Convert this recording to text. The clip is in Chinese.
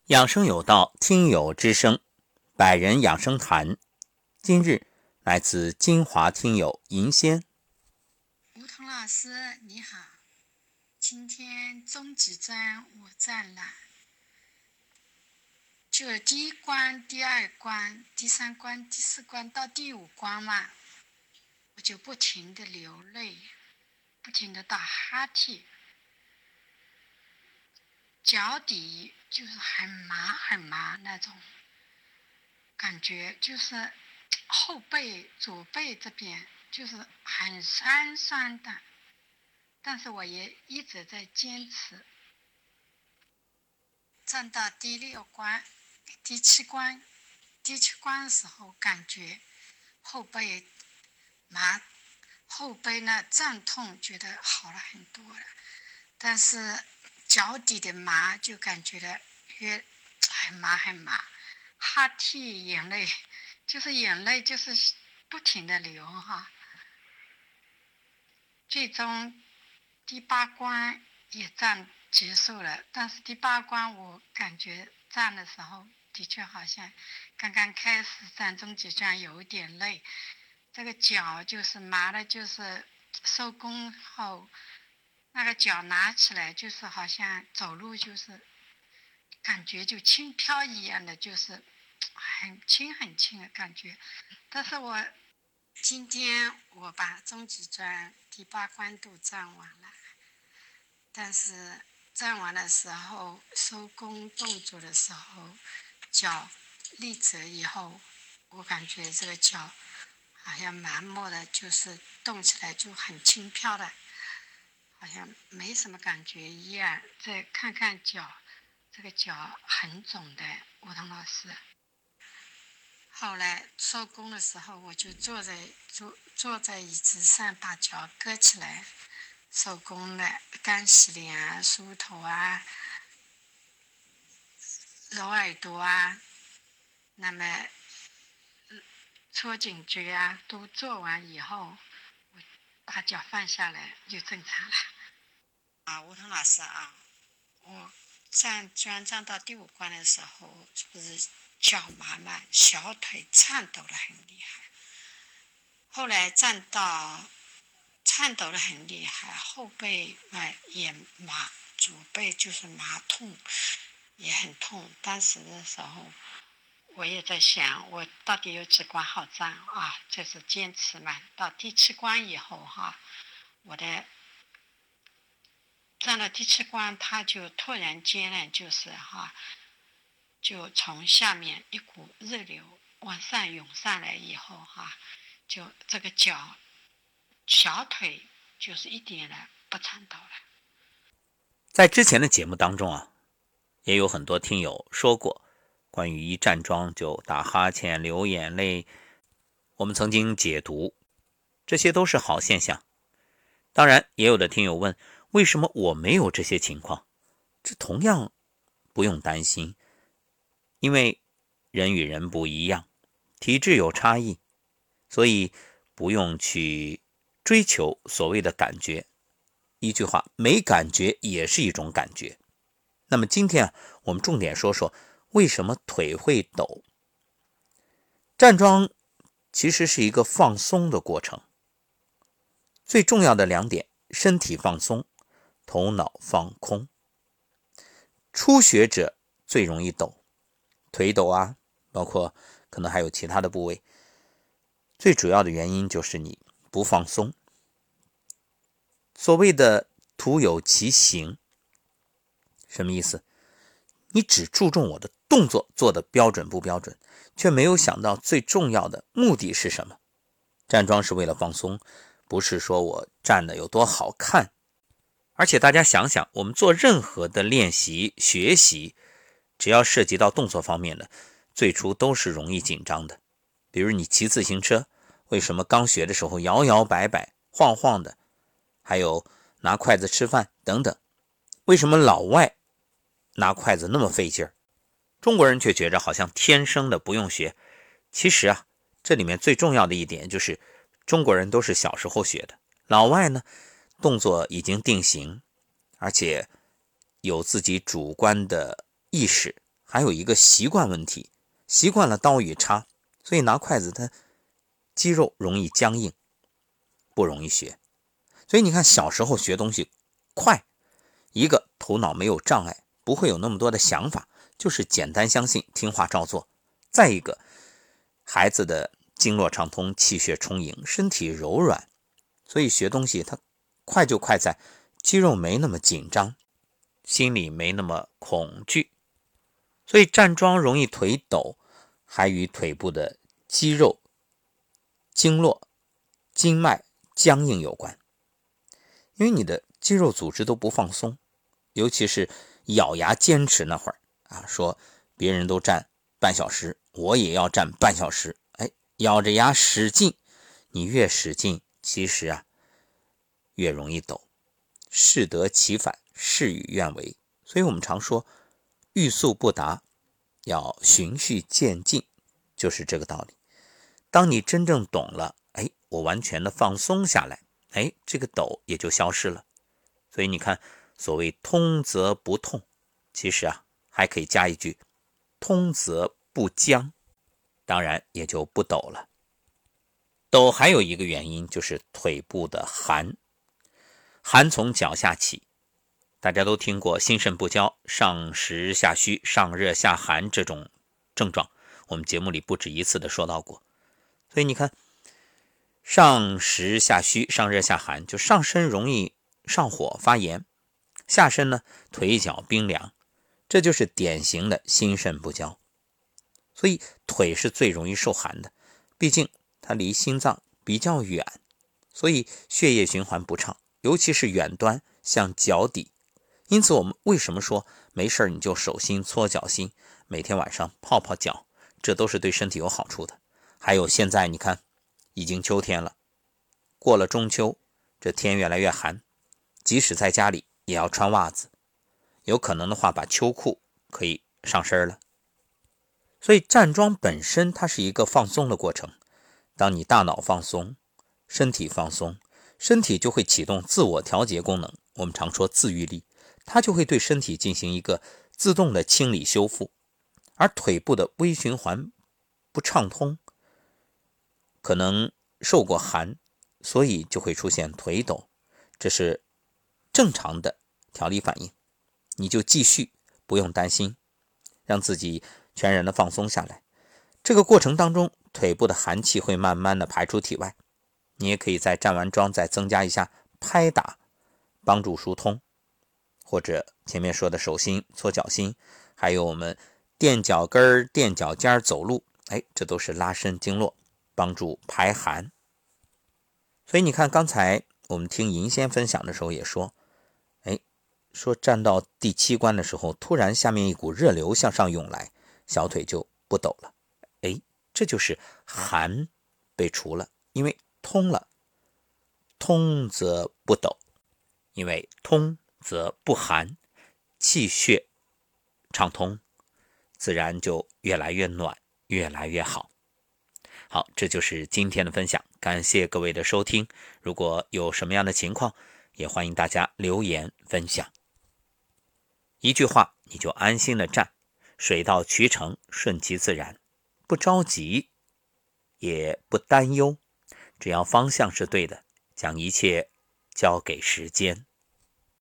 养生有道，听友之声，百人养生谈。今日来自金华听友银仙。 吴桐老师你好，今天中几章我占了，就第一关、第二关、第三关、第四关到第五关嘛，我就不停地流泪，不停地打哈欠，脚底就是很麻那种感觉，就是后背左背这边就是很酸的，但是我也一直在坚持。站到第六关、第七关的时候，感觉后背麻，后背呢胀痛，觉得好了很多了，但是脚底的麻就感觉到越很麻，哈欠眼泪就是不停的流哈。最终第八关也站结束了，但是第八关我感觉站的时候的确好像刚刚开始站中几站有一点累，这个脚就是麻的，就是收工后那个脚拿起来就是好像走路就是感觉就轻飘一样的，就是很轻的感觉。但是今天我把中级专第八关都站完了，但是站完的时候收工动作的时候，脚立直以后，我感觉这个脚好像麻木的，就是动起来就很轻飘的，好像没什么感觉一样。再看看脚，这个脚很肿的，吴桐老师。后来收工的时候，我就坐在椅子上，把脚搁起来收工了。刚洗脸啊，梳头啊，揉耳朵啊，那么搓颈椎啊，都做完以后，我把脚放下来就正常了。吴桐老师啊，我居然站到第五关的时候，不是脚麻嘛，小腿颤抖得很厉害。后来站到颤抖得很厉害，后背也麻，左背就是麻痛，也很痛。当时的时候，我也在想，我到底有几关好站啊？这是坚持嘛。到第七关以后哈，站到第七关，他就突然间呢，就是就从下面一股热流往上涌上来以后就这个小腿就是一点了不颤抖了。 在之前的节目当中也有很多听友说过，关于一站桩就打哈欠、流眼泪，我们曾经解读，这些都是好现象。当然，也有的听友问，为什么我没有这些情况？这同样不用担心，因为人与人不一样，体质有差异，所以不用去追求所谓的感觉。一句话，没感觉也是一种感觉。那么今天我们重点说说为什么腿会抖。站桩其实是一个放松的过程，最重要的两点，身体放松，头脑放空。初学者最容易抖，腿抖包括可能还有其他的部位，最主要的原因就是你不放松。所谓的徒有其形，什么意思？你只注重我的动作做的标准不标准，却没有想到最重要的目的是什么。站桩是为了放松，不是说我站的有多好看。而且大家想想，我们做任何的练习学习，只要涉及到动作方面的，最初都是容易紧张的。比如你骑自行车，为什么刚学的时候摇摇摆摆晃晃的，还有拿筷子吃饭等等，为什么老外拿筷子那么费劲儿，中国人却觉着好像天生的不用学？其实这里面最重要的一点就是中国人都是小时候学的，老外呢动作已经定型，而且有自己主观的意识， 还有一个习惯问题，习惯了刀与叉，所以拿筷子它肌肉容易僵硬，不容易学。所以你看小时候学东西快，一个头脑没有障碍，不会有那么多的想法，就是简单相信，听话照做。再一个，孩子的经络畅通，气血充盈，身体柔软，所以学东西它快就快在肌肉没那么紧张，心里没那么恐惧。所以站桩容易腿抖，还与腿部的肌肉、经络、经脉僵硬有关。因为你的肌肉组织都不放松，尤其是咬牙坚持那会儿啊，说别人都站半小时，我也要站半小时，咬着牙使劲，你越使劲，其实啊越容易抖，适得其反，事与愿违。所以我们常说欲速不达，要循序渐进，就是这个道理。当你真正懂了，我完全的放松下来，这个抖也就消失了。所以你看，所谓通则不痛，其实啊还可以加一句通则不僵，当然也就不抖了。抖还有一个原因就是腿部的寒，寒从脚下起，大家都听过心肾不交、上实下虚、上热下寒这种症状，我们节目里不止一次的说到过。所以你看，上实下虚、上热下寒，就上身容易上火发炎，下身呢腿脚冰凉，这就是典型的心肾不交。所以腿是最容易受寒的，毕竟它离心脏比较远，所以血液循环不畅，尤其是远端像脚底。因此我们为什么说没事你就手心搓脚心，每天晚上泡泡脚，这都是对身体有好处的。还有现在你看已经秋天了，过了中秋，这天越来越寒，即使在家里也要穿袜子，有可能的话把秋裤可以上身了。所以站桩本身它是一个放松的过程，当你大脑放松，身体放松，身体就会启动自我调节功能，我们常说自愈力，它就会对身体进行一个自动的清理修复。而腿部的微循环不畅通，可能受过寒，所以就会出现腿抖，这是正常的调理反应，你就继续不用担心，让自己全然的放松下来。这个过程当中，腿部的寒气会慢慢的排出体外，你也可以在站完桩再增加一下拍打，帮助疏通，或者前面说的手心搓脚心，还有我们垫脚跟垫脚尖走路，这都是拉伸经络，帮助排寒。所以你看刚才我们听银仙分享的时候也说，说站到第7关的时候，突然下面一股热流向上涌来，小腿就不抖了。这就是寒被除了，因为通了，通则不抖，因为通则不寒，气血畅通，自然就越来越暖，越来越好。好，这就是今天的分享，感谢各位的收听。如果有什么样的情况，也欢迎大家留言分享。一句话，你就安心的站，水到渠成，顺其自然，不着急，也不担忧，只要方向是对的，将一切交给时间。